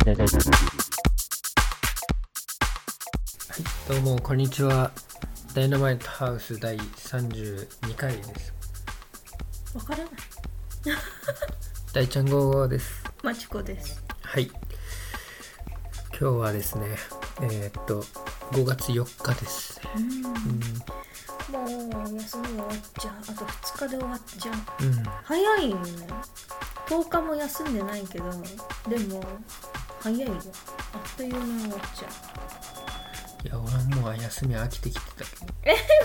どうもこんにちは。ダイナマイトハウス第32回です。 わからない。 大ちゃん55です。 まちこです。 はい。今日はですね、5月4日です。 もう休みが終わっちゃう。あと2日で終わっちゃう。早いよね。10日も休んでないけど、でも早いよ。あっという間に終わっちゃう。 いや、俺はもう休み飽きてきてたけど。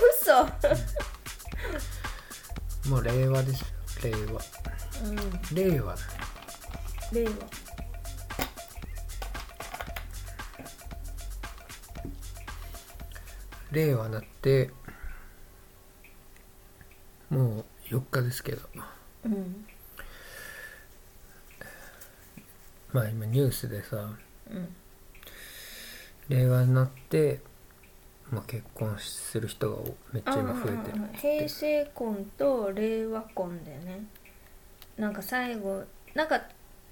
嘘。 もう令和ですよ。令和。令和。 令和。 令和なってもう4日ですけど、まあ今ニュースでさ、令和になってまあ、結婚する人がめっちゃ今増えてる。 平成婚と令和婚でね、なんか最後なんか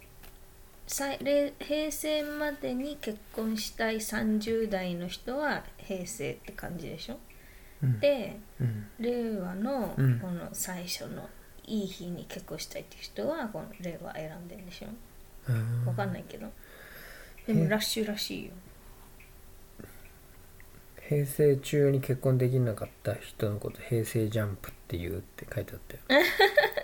平成までに結婚したい30代の人は平成って感じでしょ、で、令和のこの最初のいい日に結婚したいって人はこの令和選んでるんでしょ。わかんないけど、でもラッシュらしいよ。 平成中に結婚できなかった人のこと平成ジャンプって言うって書いてあったよ。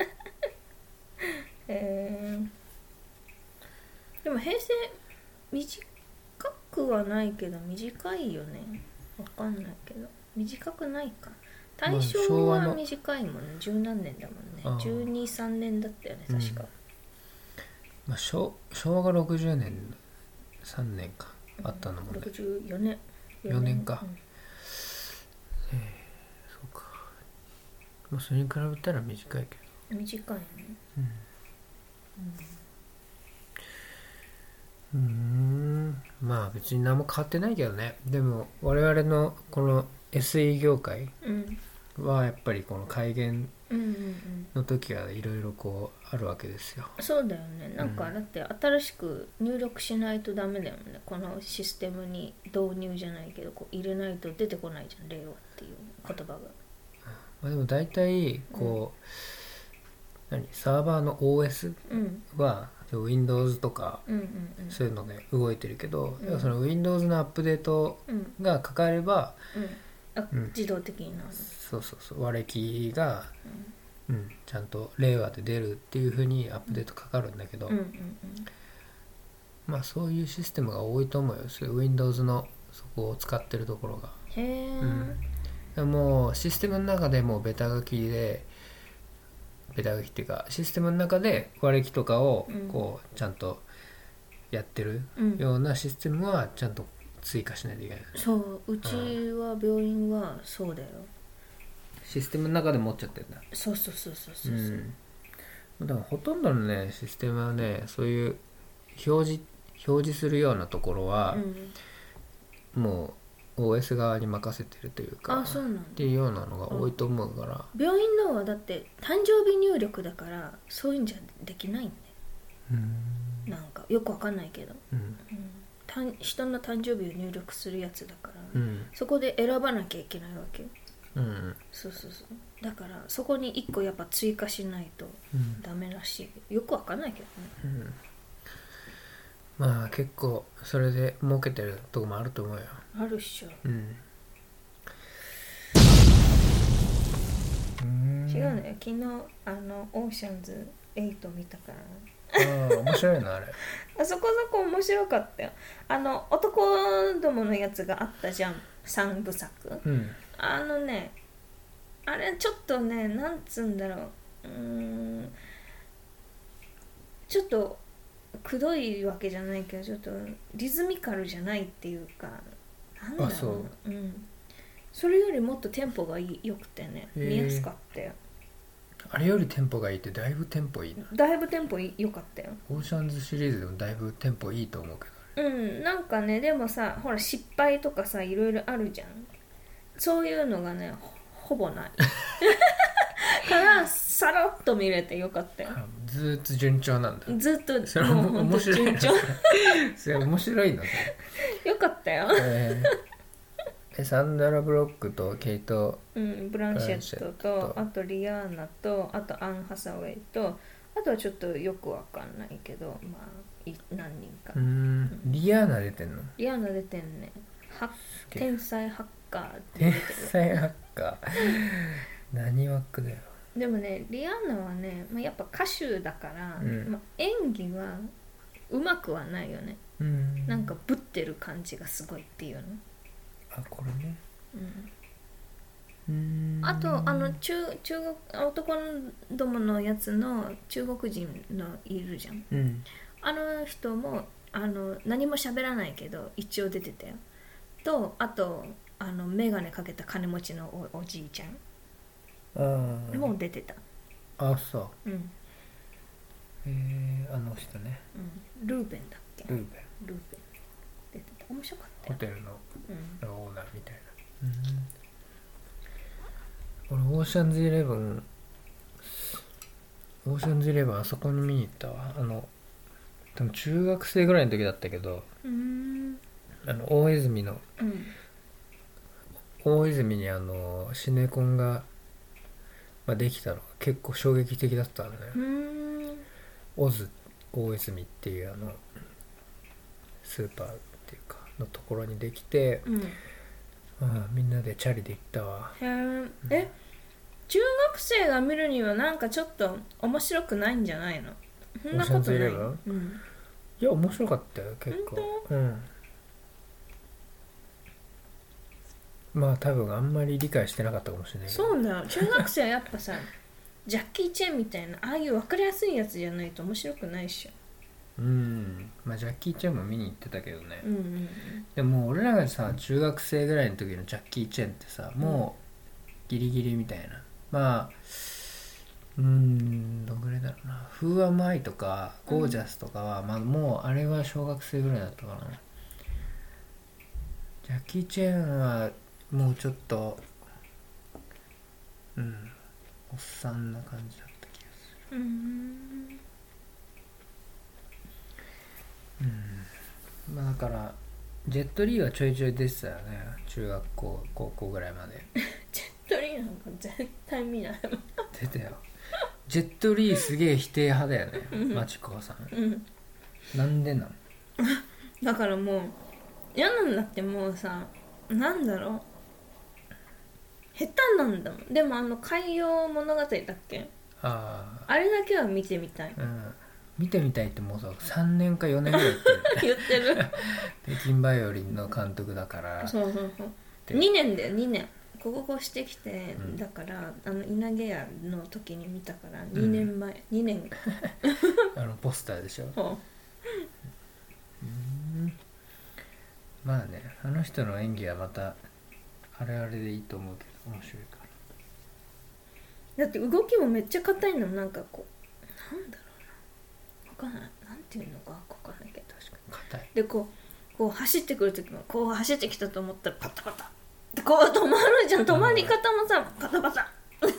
でも平成短くはないけど短いよね。わかんないけど短くないか。大正は短いもんね。十何年だもんね。12、3年だったよね確か。 まあ、昭和が60年3年かあったのもね。 64年 4年か。そうか。まあそれに比べたら短いけど。 短いね。 まあ別に何も変わってないけどね。でも我々のこの SE 業界はやっぱりこの改元の時はいろいろこうあるわけですよ。 そうだよね。なんかだって新しく入力しないとダメだよね。このシステムに導入じゃないけどこう入れないと出てこないじゃん、令和っていう言葉が。 まあ、でも大体こう、サーバーの OS は、Windows とか、そういうので動いてるけど、その Windows のアップデートがかかれば、 自動的になる。 そう和暦が、ちゃんと令和で出るっていう風にアップデートかかるんだけど、まあそういうシステムが多いと思うよ。Windows のそこを使ってるところが。もうシステムの中でもうベタ書きっていうかシステムの中で和暦とかをこうちゃんとやってるようなシステムはちゃんと追加しないといけない。 そううちは病院はそうだよ。 システムの中で持っちゃってるんだ。 そう、 だからほとんどのねシステムはねそういう表示するようなところは、もう OS 側に任せてるというか、 そうなんだっていうようなのが多いと思うから。 病院のはだって誕生日入力だからそういうんじゃできないんだよ。なんかよくわかんないけど、人の誕生日を入力するやつだから、そこで選ばなきゃいけないわけよ。そうだからそこに1個やっぱ追加しないとダメらしい。よくわかんないけどね。 まあ結構それで儲けてるとこもあると思うよ。 あるっしょ。違うね。昨日オーシャンズ8見たから。 面白いなあれ。 そこそこ面白かったよ。男どものやつがあったじゃん、3部作。あれちょっとね、なんつうんだろう、ちょっとくどいわけじゃないけど、ちょっとリズミカルじゃないっていうか、なんだろう。それよりもっとテンポが良くてね、見やすかったよ。 あれよりテンポがいいってだいぶテンポいいな。 だいぶテンポ良かったよ。 オーシャンズシリーズでもだいぶテンポいいと思うけど。なんかね、でもさ、ほら失敗とかさ、いろいろあるじゃん。そういうのがね、ほぼないからさらっと見れてよかったよ。 ずっと順調なんだ。 ずっとそれもう本当順調それ面白いのね。 よかったよ、 サンダラ・ブロックとケイト、 ブランシェットとあとリアーナとあとアン・ハサウェイとあとはちょっとよくわかんないけどまあ何人か。 リアーナ出てんの？ リアーナ出てんね。天才ハッカーって天才ハッカー何枠だよ。 でもねリアーナはね、まあ、やっぱ歌手だから、まあ、演技はうまくはないよね。なんかぶってる感じがすごいっていうの。 あ、これね。 あと中国男どものやつの中国人のいるじゃん、あの人も何も喋らないけど一応出てたよ。とあと眼鏡かけた金持ちの おじいちゃんもう出てた。 あ、そう。あの人ね、 ルーベンだっけ。 ルーベン出てた。面白かったよ。 ホテルのオーナーみたいな。俺オーシャンズイレブンあそこに見に行ったわ。多分中学生ぐらいの時だったけど、大泉の、大泉にシネコンが、できたのが結構衝撃的だったんだね。大泉っていうスーパーっていうかのところにできて、みんなでチャリで行ったわ。 中学生が見るにはなんかちょっと面白くないんじゃないの？そんなことない。 いや面白かったよ結構。まあ多分あんまり理解してなかったかもしれないけど。 そうだよ、中学生はやっぱさジャッキー・チェンみたいなああいう分かりやすいやつじゃないと面白くないっしょ。 まあジャッキー・チェンも見に行ってたけどね、でも俺らがさ中学生ぐらいの時のジャッキー・チェンってさもうギリギリみたいな、まあどんぐらいだろうな。フーアマイとかゴージャスとかは、もうあれは小学生ぐらいだったかな。ジャッキー・チェンはもうちょっとおっさんな感じだった気がする。まあだからジェットリーはちょいちょい出てたよね、中学校高校ぐらいまで。 ジェットリーなんか絶対見ないもん。 出たよ。ジェットリーすげえ否定派だよね、マチコさん。なんでなの？ だからもう嫌なんだって。もうさ、なんだろう、下手なんだもん。でも海洋物語だっけ、あれだけは見てみたい。 見てみたいってもうさ3年か4年ぐらい言ってる北京バイオリンの監督だから。 そう2年だよ、2年。ここ越してきて、だから稲毛屋の時に見たから2年前、2年ポスターでしょ。まあね、あの人の演技はまたあれあれでいいと思うけど面白いから。 だって動きもめっちゃ硬いの。なんかこうなんだろうな、分かんない、なんていうのか分かんないけど、 確かに硬い。 でこう走ってくる時もこう走ってきたと思ったらパタパタってこう止まるじゃん。止まり方もさパタパタ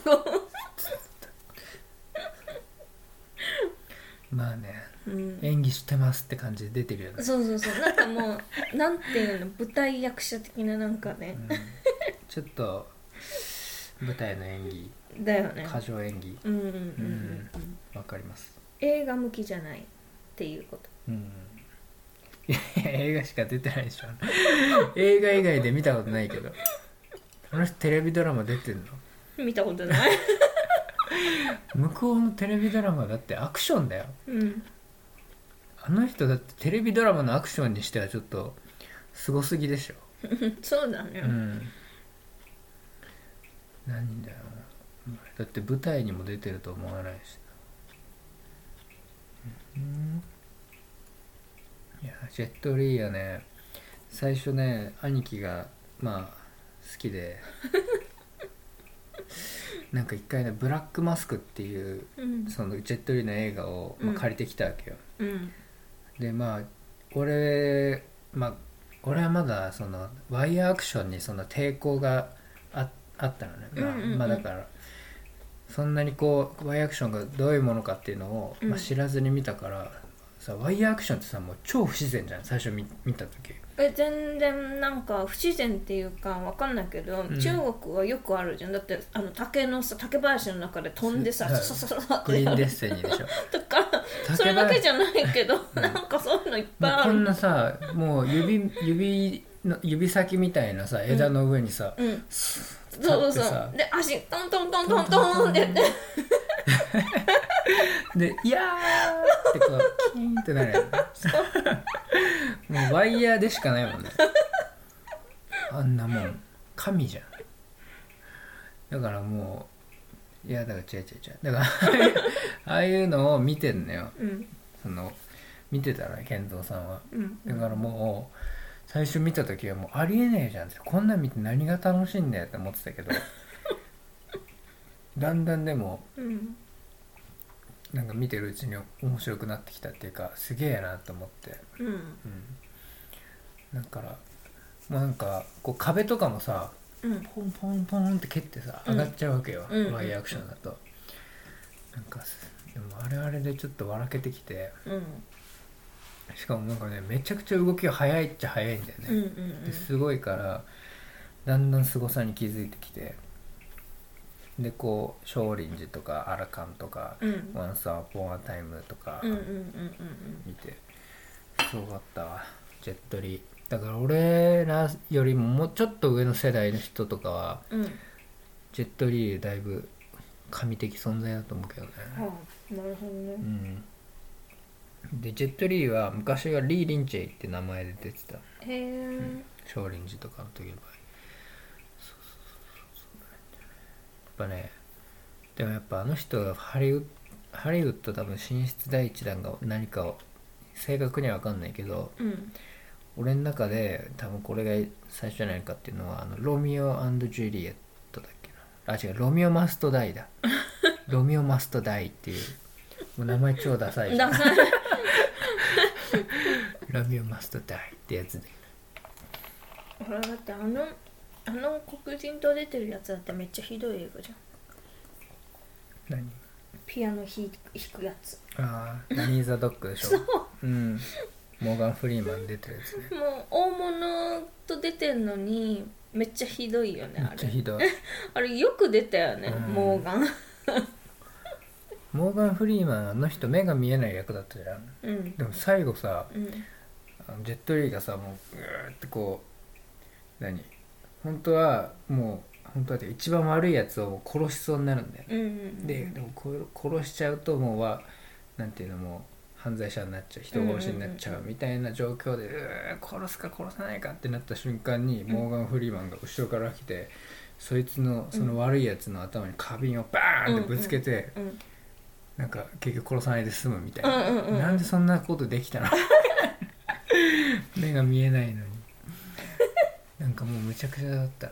まあね、演技してますって感じで出てるよね。 そうなんかもうなんていうの、舞台役者的ななんかね、 ちょっと舞台の演技だよね、 過剰演技。わかります。 映画向きじゃないっていうこと。 いや映画しか出てないでしょ映画以外で見たことないけど。あの人テレビドラマ出てんの？ 見たことない向こうのテレビドラマだってアクションだよ。あの人だってテレビドラマのアクションにしてはちょっとすごすぎでしょそうだね。 何だよ、だって舞台にも出てると思わないし。いやジェットリーはね、最初ね兄貴が好きでなんか一回ねブラックマスクっていう、そのジェットリーの映画を、借りてきたわけよ。で俺はまだそのワイヤーアクションにその抵抗があったのね。だからそんなにこうワイヤーアクションがどういうものかっていうのを、まあ、知らずに見たからさ、ワイヤーアクションってさもう超不自然じゃん最初見た時。 全然なんか不自然っていうかわかんないけど、中国はよくあるじゃん。だって竹林の中で飛んでさ、 グリーンデッセニーでしょだからそれだけじゃないけど、なんかそういうのいっぱいある。 こんなさもう指先みたいなさ枝の上にさ、 そうで足トントントントントンってでいやーってこうキーンってなるやんもうワイヤーでしかないもんねあんなもん神じゃん。だからもういやだから違うだからああいうのを見てんのよ、その見てたら健三さんは、だからもう最初見た時はもうありえねえじゃんって、こんなん見て何が楽しいんだよって思ってたけどだんだんでも、なんか見てるうちに面白くなってきたっていうかすげえなと思って、だからもうなんかこう壁とかもさ、ポンポンポンって蹴ってさ上がっちゃうわけよ、ワイヤーアクションだと。なんかでもあれでちょっと笑けてきて、しかもなんかねめちゃくちゃ動きが速いっちゃ速いんだよね、ですごいからだんだん凄さに気づいてきて、でこう少林寺とかアラカンとか、ワンサーポンアタイムとか見てすごかったわ。ジェットリーだから俺らよりももうちょっと上の世代の人とかは、ジェットリーだいぶ神的存在だと思うけどね。 なるほどね。 でジェットリーは昔はリー・リンチェイって名前で出てた。 へえ、 少林寺とかの時の場合。やっぱね、でもやっぱあの人はハリウッド多分進出第一弾が何かを正確には分かんないけど、俺の中で多分これが最初じゃないかっていうのはロミオ&ジュリエットだっけな、あ違う、ロミオマストダイだロミオマストダイっていう、もう名前超ダサいじゃんロミオマストダイってやつで、 ほらだってあの黒人と出てるやつだってめっちゃひどい映画じゃん。 何？ ピアノ弾くやつ。 ああ、ダニー・ザ・ドッグでしょ。そう、モーガン・フリーマン出てるやつね。 もう大物と出てんのにめっちゃひどいよね。あれめっちゃひどいあれよく出たよね、モーガンモーガン・フリーマンあの人目が見えない役だったじゃん、でも最後さ、ジェットリーがさもうグーってこう本当は一番悪いやつを殺しそうになるんだよ、でも殺しちゃうともうなんていうの、もう犯罪者になっちゃう、人殺しになっちゃうみたいな状況で、殺すか殺さないかってなった瞬間に、モーガン・フリーマンが後ろから来てそいつのその悪いやつの頭に花瓶をバーンってぶつけて、なんか結局殺さないで済むみたいな、なんでそんなことできたの目が見えないのになんかもうむちゃくちゃだったな。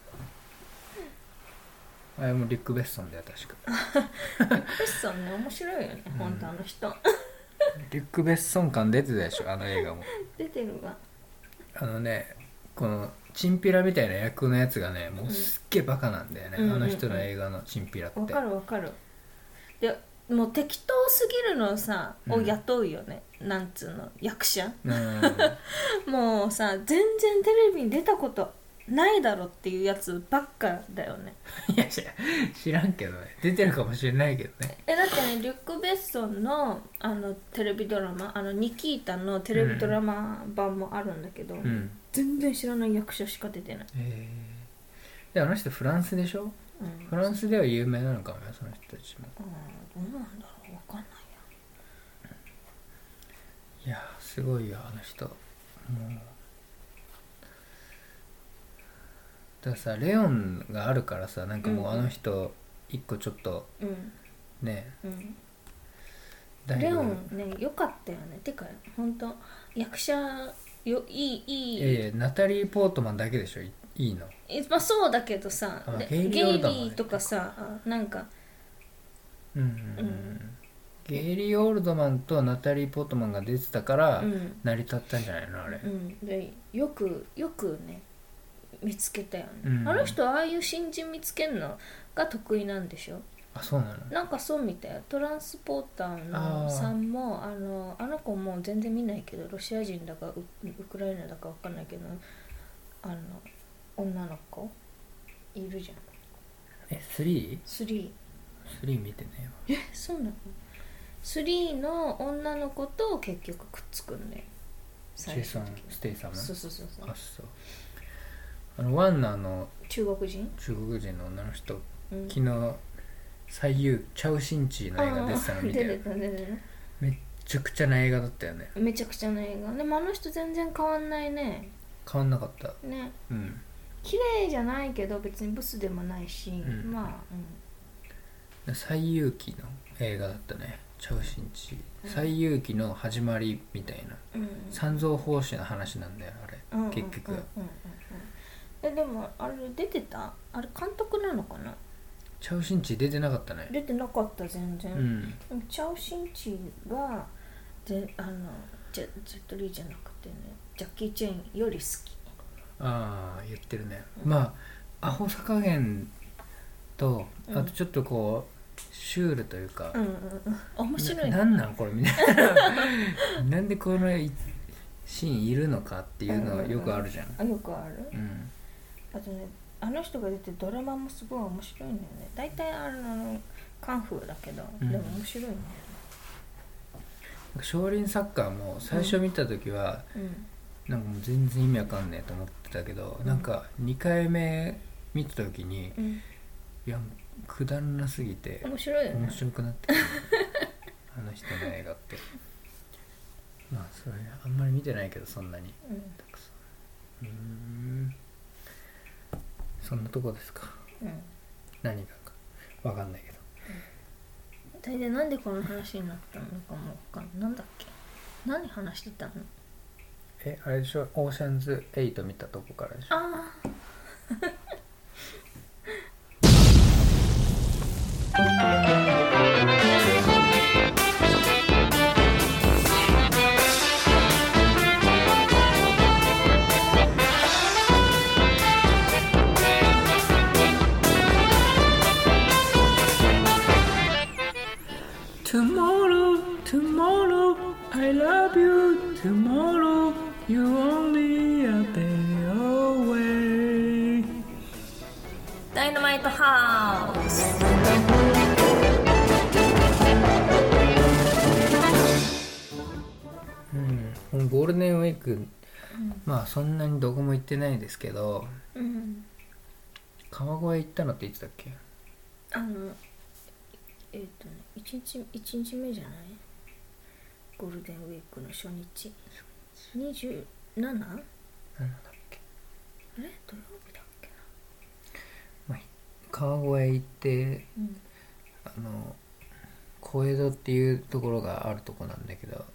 あれもリュック・ベッソンだよ確かリュック・ベッソンね、面白いよね、本当あの人リュック・ベッソン感出てたでしょ、あの映画も出てるわ。 このチンピラみたいな役のやつがねもうすっげえバカなんだよね、あの人の映画のチンピラって。 わかるわかる。でもう適当すぎるのさ、を雇うよね、なんつうの、役者、もうさ全然テレビに出たことないだろっていうやつばっかだよね。 いや知らんけどね、出てるかもしれないけどね。 だってね、リュック・ベッソンのテレビドラマ、ニキータのテレビドラマ版もあるんだけど、全然知らない役者しか出てない。 であの人フランスでしょ、フランスでは有名なのかもよ、その人たちも。 どうなんだろう、わかんないや。いやすごいよあの人。もうだからさ、レオンがあるからさ、なんかもうあの人一個ちょっと、ね、 レオンね良かったよね。てか本当役者いい。 ナタリー・ポートマンだけでしょいいの。 まあそうだけどさ、ゲイリーとかさ、なんかゲイリー・オールドマンとナタリー・ポートマンが出てたから成り立ったんじゃないのあれ、 でよくね見つけたよね、あの人ああいう新人見つけるのが得意なんでしょ。 あ、そうなの。 なんかそうみたい。トランスポーターのさんもあの子も全然見ないけど、ロシア人だかウクライナだか分かんないけど、女の子いるじゃん。 3 3 見てね。 そうなの。3の女の子と結局くっつくんだよ、 ジェイソン・ステイサム。 そう。 あ、そう。ワンの中国人の女の人、昨日最優チャウ・シンチーの映画出てたの見て、 出てためっちゃくちゃな映画だったよね。 めちゃくちゃな映画でもあの人全然変わんないね。 変わんなかったね。 うん。 綺麗じゃないけど別にブスでもないし、まあ、最優記の映画だったね。チャウ・シンチー、最優記の始まりみたいな、三蔵法師の話なんだよあれ、結局。 でもあれ出てた？あれ監督なのかな？ チャウ・シンチー出てなかったね。 出てなかった全然。でもチャウ・シンチーがジェットリーじゃなくてね、ジャッキー・チェンより好き。 ああ、言ってるね。まあアホさ加減と、あとちょっとこうシュールというか、 面白い。 なんなんこれみたいななんでこのシーンいるのかっていうのはよくあるじゃん。 よくある。あとね、あの人が出てるドラマもすごい面白いんだよね。大体カンフーだけど、でも面白いんだよね。 少林サッカーも最初見た時は、なんかもう全然意味わかんねえと思ってたけど、なんか2回目見た時に、いやくだらなすぎて面白いよね。 面白くなってくるあの人の映画って。まあそれあんまり見てないけどそんなにたくさん。そんなとこですか。何がかわかんないけど。 大体なんでこの話になったのかもわかんない。なんだっけ、何話してたの？ あれでしょ、オーシャンズ8見たとこからでしょ。 ああ Tomorrow, I love you. Tomorrow, you only a day away. ダイナマイトハウス。 ゴールデンウィーク、まあそんなにどこも行ってないですけど、川越行ったのっていつだっけ 1日目じゃない？ゴールデンウィークの初日 27？ なんだっけ、 土曜日だっけな、川越行って、小江戸っていうところがあるとこなんだけど、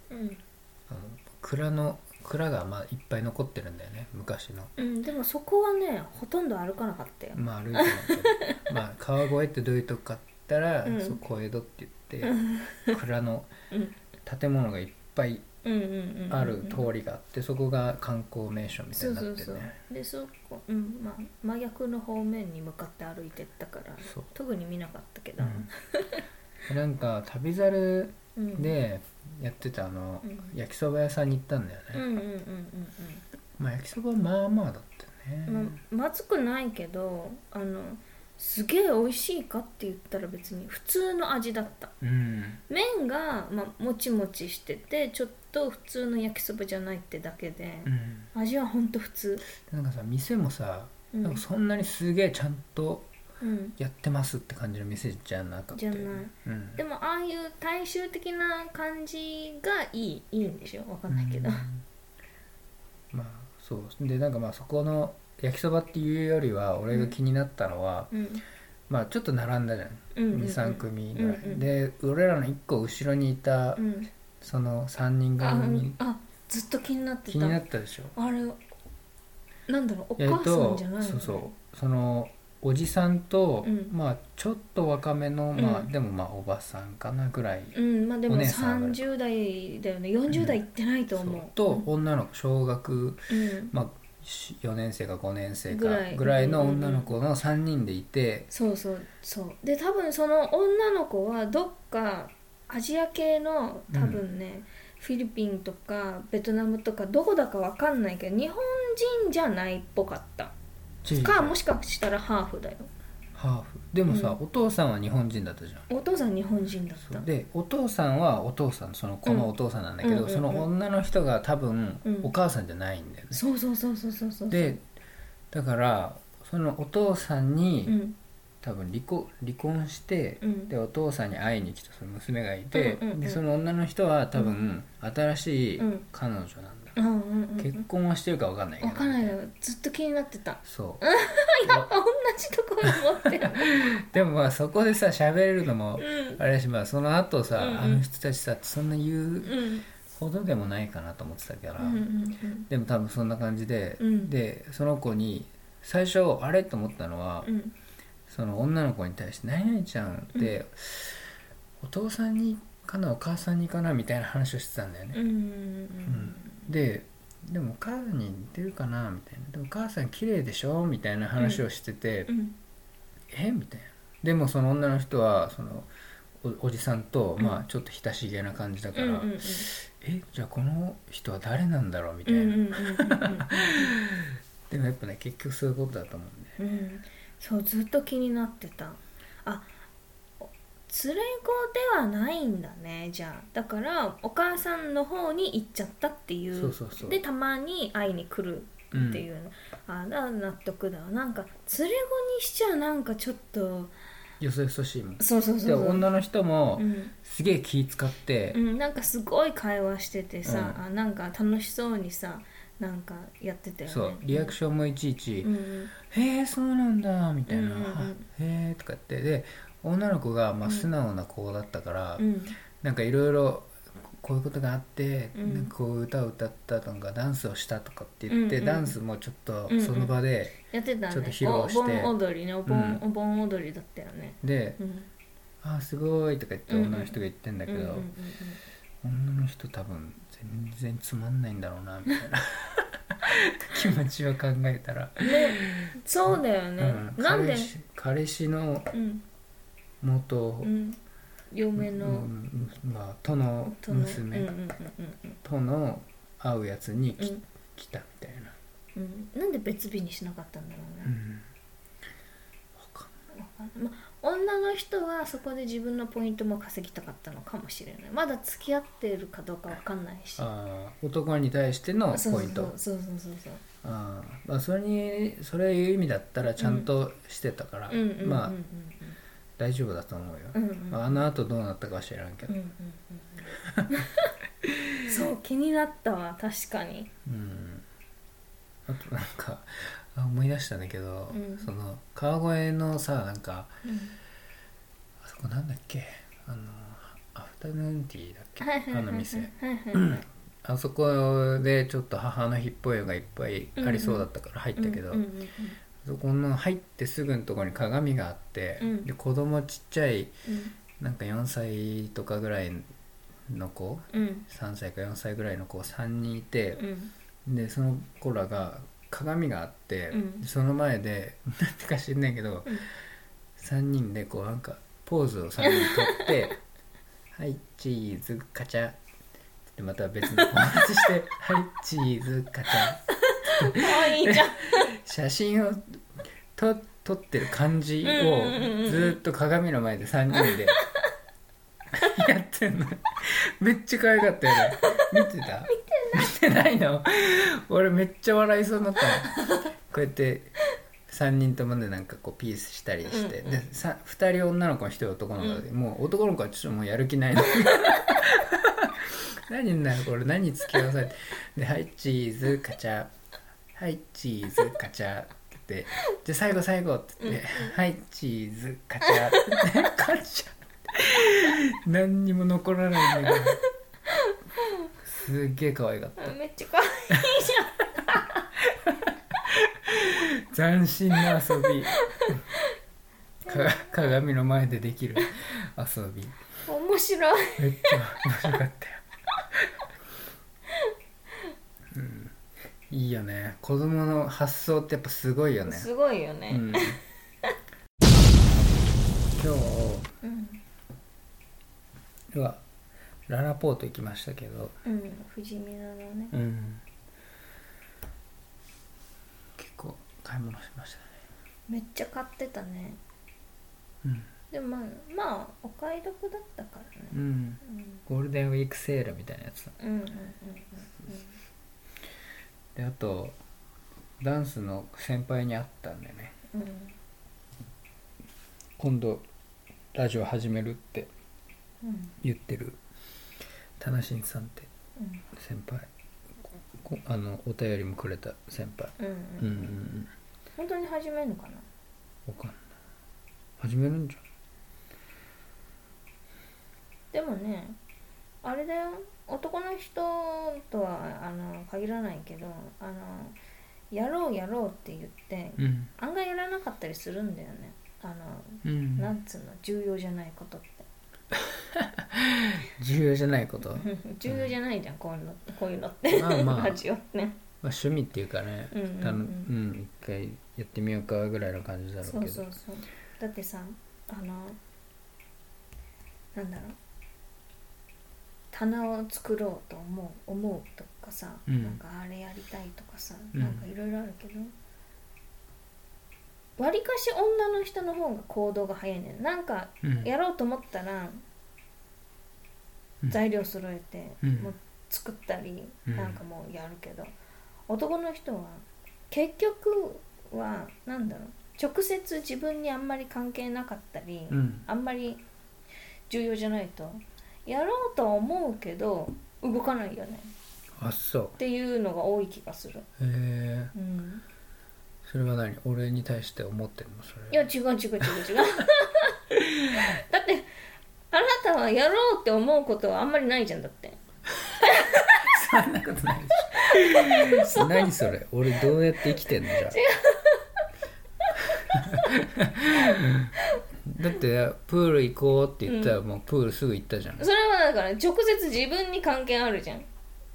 蔵がまあいっぱい残ってるんだよね、昔の。 でもそこはねほとんど歩かなかったよ。 まあ歩いてないけどまあ川越ってどういうとこかって言ったら、そう小江戸って言って蔵の建物がいっぱいある通りがあって、そこが観光名所みたいになってるね。 でそこ、真逆の方面に向かって歩いてったから特に見なかったけど、 なんか旅猿でやってた焼きそば屋さんに行ったんだよね。まあ焼きそばはまあまあだったよね。 まずくないけどすげえ美味しいかって言ったら別に普通の味だった。麺が、もちもちしててちょっと普通の焼きそばじゃないってだけで、味はほんと普通。 なんかさ、店もさ、なんかそんなにすげえちゃんとやってますって感じの店じゃなかったよね。 じゃない、でもああいう大衆的な感じがいいんでしょ、わかんないけど、 まあそうで、なんかまあそこの焼きそばっていうよりは俺が気になったのは、まあちょっと並んだじゃん、2,3 組ぐらい、で俺らの1個後ろにいた、その3人組ずっと気になってた。 気になったでしょ。 あれなんだろう、お母さんじゃないの？ そのおじさんと、まあちょっと若めの、でもまあおばさんかなぐらい、 まあでも30代だよね、40代いってないと思う。 と女の子小学、まあ 4年生か5年生かぐらいの女の子の3人でいて、 そうで多分その女の子はどっかアジア系の多分ね、フィリピンとかベトナムとかどこだか分かんないけど日本人じゃないっぽかったか、もしかしたらハーフだよ。 ハーフでもさ、お父さんは日本人だったじゃん。お父さん日本人だった。 でお父さんはお父さん、その子のお父さんなんだけど、その女の人が多分お母さんじゃないんだよね。 そうでだからそのお父さんに、多分離婚して、でお父さんに会いに来たその娘がいて、でその女の人は多分、新しい彼女なんだ、結婚はしてるか分かんないけど、 分かんないよ、ずっと気になってた。 そうやっぱ同じところに持ってるでもまあそこでさ喋れるのもあれだし、まあその後さ、あの人たちさってそんな言うほどでもないかなと思ってたから、でも多分そんな感じで、でその子に最初あれと思ったのは、その女の子に対して「何々ちゃんって、お父さんにかなお母さんにかな」みたいな話をしてたんだよね。でもお母さんに似てるかなみたいな、でもお母さん綺麗でしょみたいな話をしてて、みたいな。でもその女の人はその おじさんと、まあちょっと親しげな感じだから、じゃあこの人は誰なんだろうみたいな。でもやっぱね結局そういうことだと思うんで、 そうずっと気になってた。連れ子ではないんだね。じゃあだからお母さんの方に行っちゃったっていう。 そうでたまに会いに来るっていう、だ納得だわ。なんか連れ子にしちゃなんかちょっとよそよそしいもん。 そうで女の人もすげえ気使って、 なんかすごい会話しててさ、なんか楽しそうにさなんかやってたよね。 そうリアクションもいちいち「へえそうなんだ」みたいな「へえ」とかって。で女の子がまあ素直な子だったから、なんかいろいろこういうことがあって、なんかこう歌を歌ったとかダンスをしたとかって言って、ダンスもちょっとその場でちょっと披露して、 お盆踊りね、お盆踊りだったよね。 で「あすごい」とか言って女の人が言ってんだけど、女の人多分全然つまんないんだろうなみたいな気持ちを考えたら、 そうだよね。なんで彼氏の元嫁のとの娘との会うやつに来たみたいな。なんで別日にしなかったんだろうね。女の人はそこで自分のポイントも稼ぎたかったのかもしれない。まだ付き合ってるかどうか分かんないし。 男に対してのポイント。それいう意味だったらちゃんとしてたから、まあ大丈夫だと思うよ。あの後どうなったかは知らんけど。 そう気になったわ確かに。 あとなんか思い出したんだけど、その川越のさなんか、あそこなんだっけ、アフタヌーンティーだっけ、あの店。あそこでちょっと母の日っぽいのがいっぱいありそうだったから入ったけど、そこの入ってすぐのところに鏡があって、で子供ちっちゃい、なんか4歳とかぐらいの子、3歳か4歳ぐらいの子3人いて、でその子らが鏡があって、その前でなんてか知んないけど、3人でこうなんかポーズを3人取ってはいチーズカチャでまた別のポーズしてはいチーズカチャいいじゃん写真を撮ってる感じをずっと鏡の前で3人でやってんの。めっちゃ可愛かったよね。見てた？見てないの？俺めっちゃ笑いそうになったの。こうやって3人ともでなんかこうピースしたりして、で2人女の子1人男の子で、もう男の子はちょっともうやる気ないの。何だよこれ、何付き合わされて、ではいチーズカチャはいチーズカチャってじゃあ最後って言って、はいチーズカチャってカチャ何にも残らないんだけどすっげえ可愛かった。 めっちゃ可愛いじゃん斬新な遊び鏡の前でできる遊び面白い。 めっちゃ面白かったよ。 いいよね、子供の発想ってやっぱすごいよね。 すごいよね、今日、はララポート行きましたけど、 富士見菜のね、 結構買い物しましたね。 めっちゃ買ってたね。でもまあお買い得だったからね、 ゴールデンウィークセールみたいなやつだ。であとダンスの先輩に会ったんでね、今度ラジオ始めるって言ってる田中さんって先輩、お便りもくれた先輩、 本当に始めるのかな。 わかんない、始めるんじゃん。 でもね、あれだよ、男の人とは限らないけど、やろうやろうって言って、案外やらなかったりするんだよね。なんつうの、重要じゃないことって重要じゃないこと重要じゃないじゃん、こういうのってラジオってね、 趣味っていうかね、一回やってみようかぐらいの感じだろうけど。 そうだってさ、なんだろう、棚を作ろうと思うとかさ、なんかあれやりたいとかさ、なんかいろいろあるけど、わりかし女の人の方が行動が早いね。なんかやろうと思ったら、材料揃えて、もう作ったり、なんかもうやるけど、男の人は結局はなんだろう、直接自分にあんまり関係なかったり、あんまり重要じゃないとやろうとは思うけど動かないよね。 あ、そうっていうのが多い気がする。 へえ、それは何、俺に対して思ってるのそれ。 いや違うだってあなたはやろうって思うことはあんまりないじゃん。だってそんなことないでしょ何それ、俺どうやって生きてんのじゃあだってプール行こうって言ったらもうプールすぐ行ったじゃん。 それはだから直接自分に関係あるじゃん。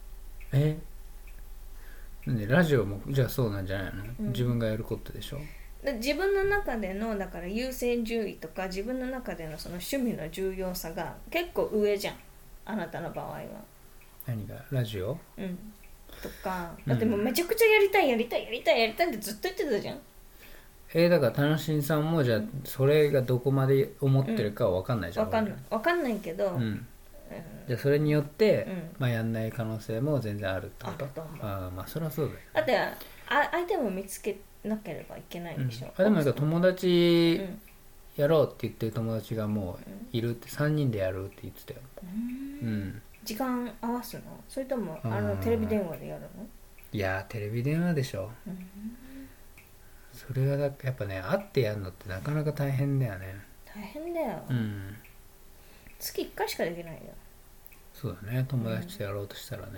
なんでラジオもじゃあそうなんじゃないの、自分がやることでしょ。 自分の中でのだから優先順位とか自分の中でのその趣味の重要さが結構上じゃん、あなたの場合は。 何がラジオ？ とかだってもうめちゃくちゃやりたいってずっと言ってたじゃん。 だから田中さんもじゃあそれがどこまで思ってるかは分かんないじゃん。 分かんないけど、 じゃあそれによって、やんない可能性も全然あるってこと。まあそれはそうだよ。 だって相手も見つけなければいけないでしょ。 でもなんか友達やろうって言ってる友達がもういるって、3人でやるって言ってたよ。 時間合わすの？それともテレビ電話でやるの？ いやテレビ電話でしょ。それはやっぱね、会ってやるのってなかなか大変だよね。 大変だよ。月1回しかできないよ。 そうだね、友達とやろうとしたらね。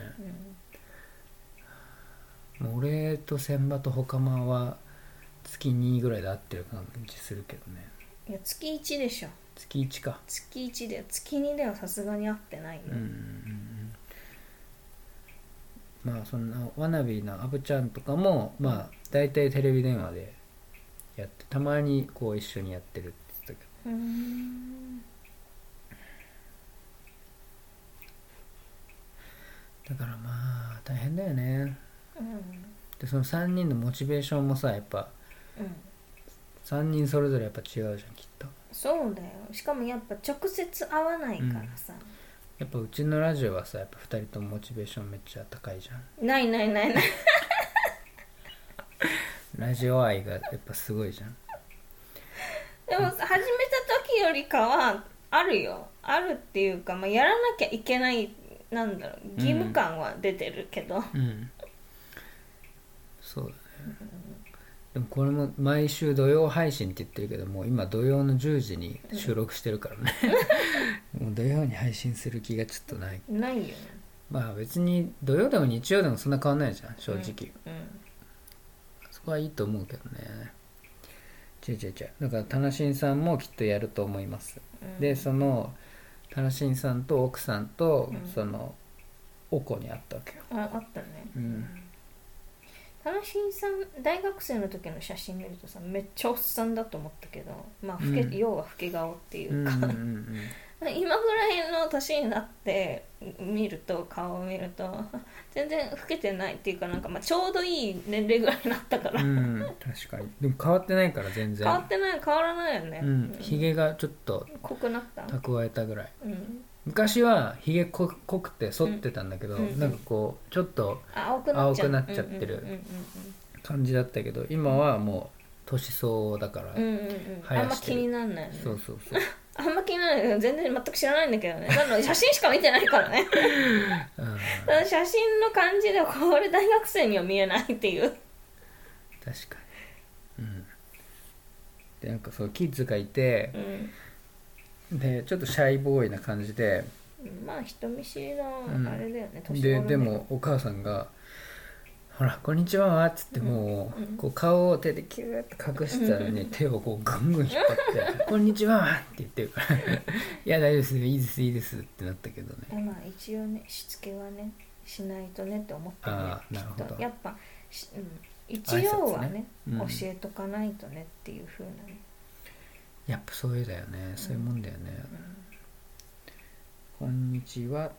もう俺と千葉と他間は月2ぐらいで会ってる感じするけどね。 いや月1でしょ。 月1か。 月1で月2ではさすがに会ってないよ。 まあそんなわなびのアブちゃんとかもまあ大体テレビ電話でやって、たまにこう一緒にやってるって言ってたけど。だからまあ大変だよね。でその3人のモチベーションもさやっぱ、3人それぞれやっぱ違うじゃんきっと。 そうだよ。しかもやっぱ直接会わないからさ、 やっぱうちのラジオはさやっぱ2人ともモチベーションめっちゃ高いじゃん。 ないラジオ愛がやっぱすごいじゃん。 でも始めた時よりかはあるよ。あるっていうか、やらなきゃいけない、なんだろう、義務感は出てるけど、 そうだね。でもこれも毎週土曜配信って言ってるけど、もう今土曜の10時に収録してるからねもう土曜に配信する気がちょっとないよね。 まあ別に土曜でも日曜でもそんな変わんないじゃん正直。そこはいいと思うけどね。違うだから田中さんもきっとやると思います。でその田中さんと奥さんと、そのお子に会ったわけよ。 あったね。 田中さん大学生の時の写真見るとさめっちゃおっさんだと思ったけど、まあ要は老け顔っていうか、今ぐらいの年になって見ると顔を見ると全然老けてないっていうかなんかまあちょうどいい年齢ぐらいになったから、 確かにでも変わってないから全然変わらないよね。 ひげがちょっと濃くなった蓄えたぐらい、昔はひげ濃くて剃ってたんだけど、なんかこうちょっと青くなっちゃってる感じだったけど、今はもう年相だから生やしてる、 あんま気になんないよね。 そうあんま気にならないけど全然全く知らないんだけどね。だから写真しか見てないからねただ写真の感じではこれ大学生には見えないっていう。 確かに。でなんかそうキッズがいて、でちょっとシャイボーイな感じで、 まあ人見知りのあれだよね、 でもお母さんがほらこんにちはっつってもう、こう顔を手でキューって隠したのに手をこうガンガン引っ張ってこんにちはって言ってるからいや大丈夫ですいいですってなったけどね。 まあ一応ねしつけはねしないとねって思ってね。 なるほど。 やっぱ、一応はね教えとかないとねっていう風なね。 やっぱそういうだよね、そういうもんだよね。こんにちは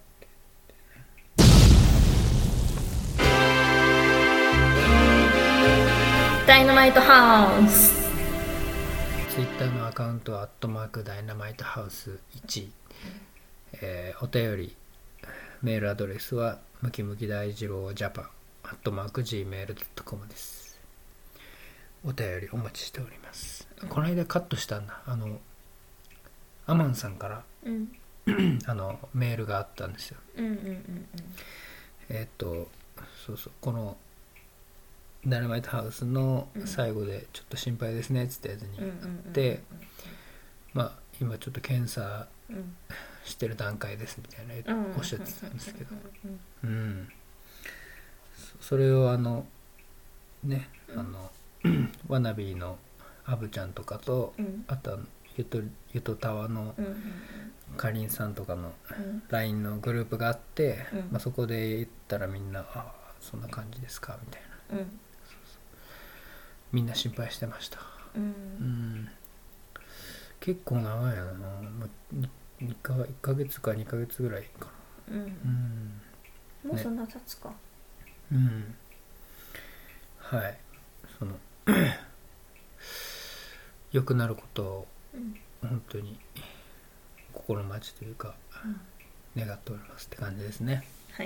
ダイナマイトハウス。 ツイッターのアカウントはダイナマイトハウス1、お便りメールアドレスはムキムキ大二郎ジャパン@gmail.com です。お便りお待ちしております。この間カットしたんだ、アマンさんから、メールがあったんですよ。このダイナマイトハウスの最後でちょっと心配ですねっつったやつにあって、まあ今ちょっと検査してる段階ですみたいなおっしゃってたんですけど、それをワナビーのアブちゃんとかと、あとゆとたわのかりんさんとかの LINE のグループがあって、そこで言ったらみんなそんな感じですかみたいな、みんな心配してました。結構長いな、1ヶ月か2ヶ月ぐらいかな。もうそんな経つか。 はい、良くなることを本当に心待ちというか、願っておりますって感じですね。 はい、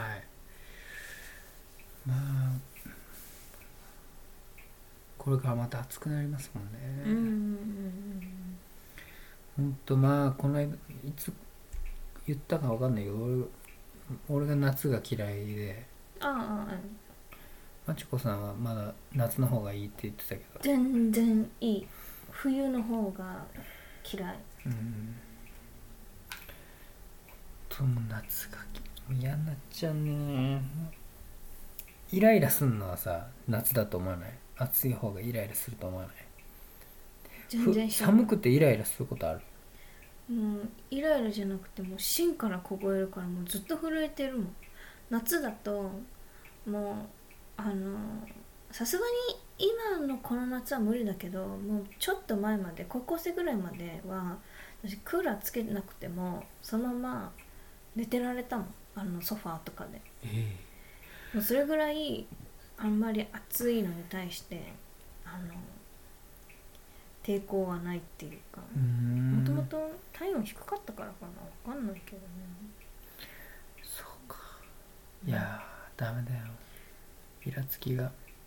まあこれからまた暑くなりますもんね。本当まあこの間いつ言ったか分かんないけど、俺が夏が嫌いで、まちこさんはまだ夏の方がいいって言ってたけど。 全然いい。冬の方が嫌い。 もう夏が嫌になっちゃうね。イライラすんのはさ夏だと思わない？暑い方がイライラすると思わない？ 全然寒くてイライラすることある？ イライラじゃなくてもう芯から凍えるからもうずっと震えてるもん。夏だともうさすがに今のこの夏は無理だけど、もうちょっと前まで高校生ぐらいまでは私クーラーつけなくてもそのまま寝てられたもん、ソファーとかで。もうそれぐらいあんまり暑いのに対して抵抗はないっていうか、もともと体温低かったからかな、分かんないけどね。 そうか。いやダメだよ、イラつき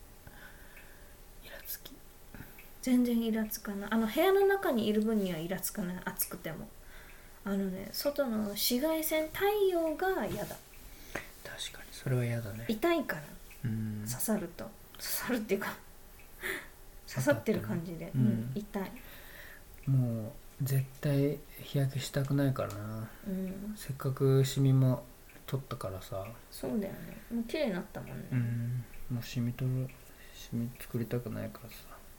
全然イラつかない。部屋の中にいる分にはイラつかない、暑くても。外の紫外線太陽が嫌だ。 確かにそれは嫌だね。 痛いから、刺さるっていうか刺さってる感じで、痛い。 もう絶対日焼けしたくないからな、せっかくシミも取ったからさ。 そうだよね、もう綺麗になったもんね。 もうシミ作りたくないからさ。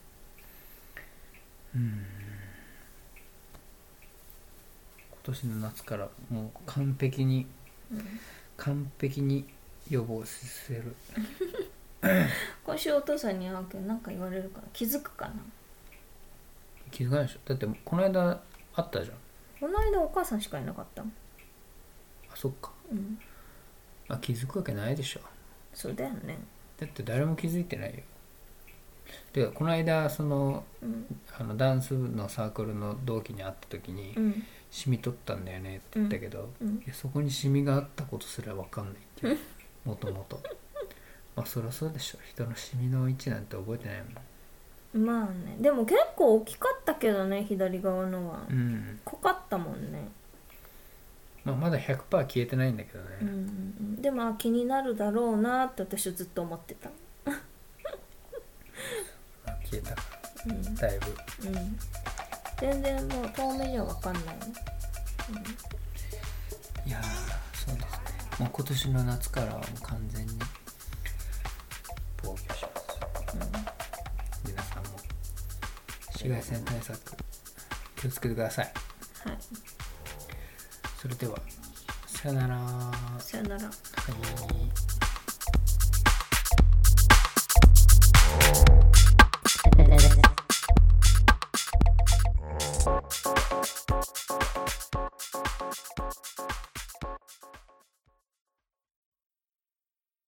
今年の夏からもう完璧に予防せる今週お父さんに会うけど何か言われるかな、気づくかな。 気づかないでしょ。だってこの間会ったじゃん。 この間お母さんしかいなかったもん。 あ、そっか。 うん。 あ、気づくわけないでしょ。 そうだよね。 だって誰も気づいてないよ。でこの間その、ダンス部のサークルの同期に会った時に、シミ取ったんだよねって言ったけど、いやそこにシミがあったことすら分かんないっていう、もともと。まあそりゃそうでしょ、人のシミの位置なんて覚えてないもん。 まあね、でも結構大きかったけどね、左側のは。濃かったもんね。 まあ、まだ 100% 消えてないんだけどね。 でも気になるだろうなって私はずっと思ってた。 消えたから、だいぶ、 全然もう遠目には分かんないね。 いやそうですね。もう今年の夏からはもう完全に防御します、皆さんも紫外線対策気をつけてください。 はい。 それではさよなら。 さよなら。 はい。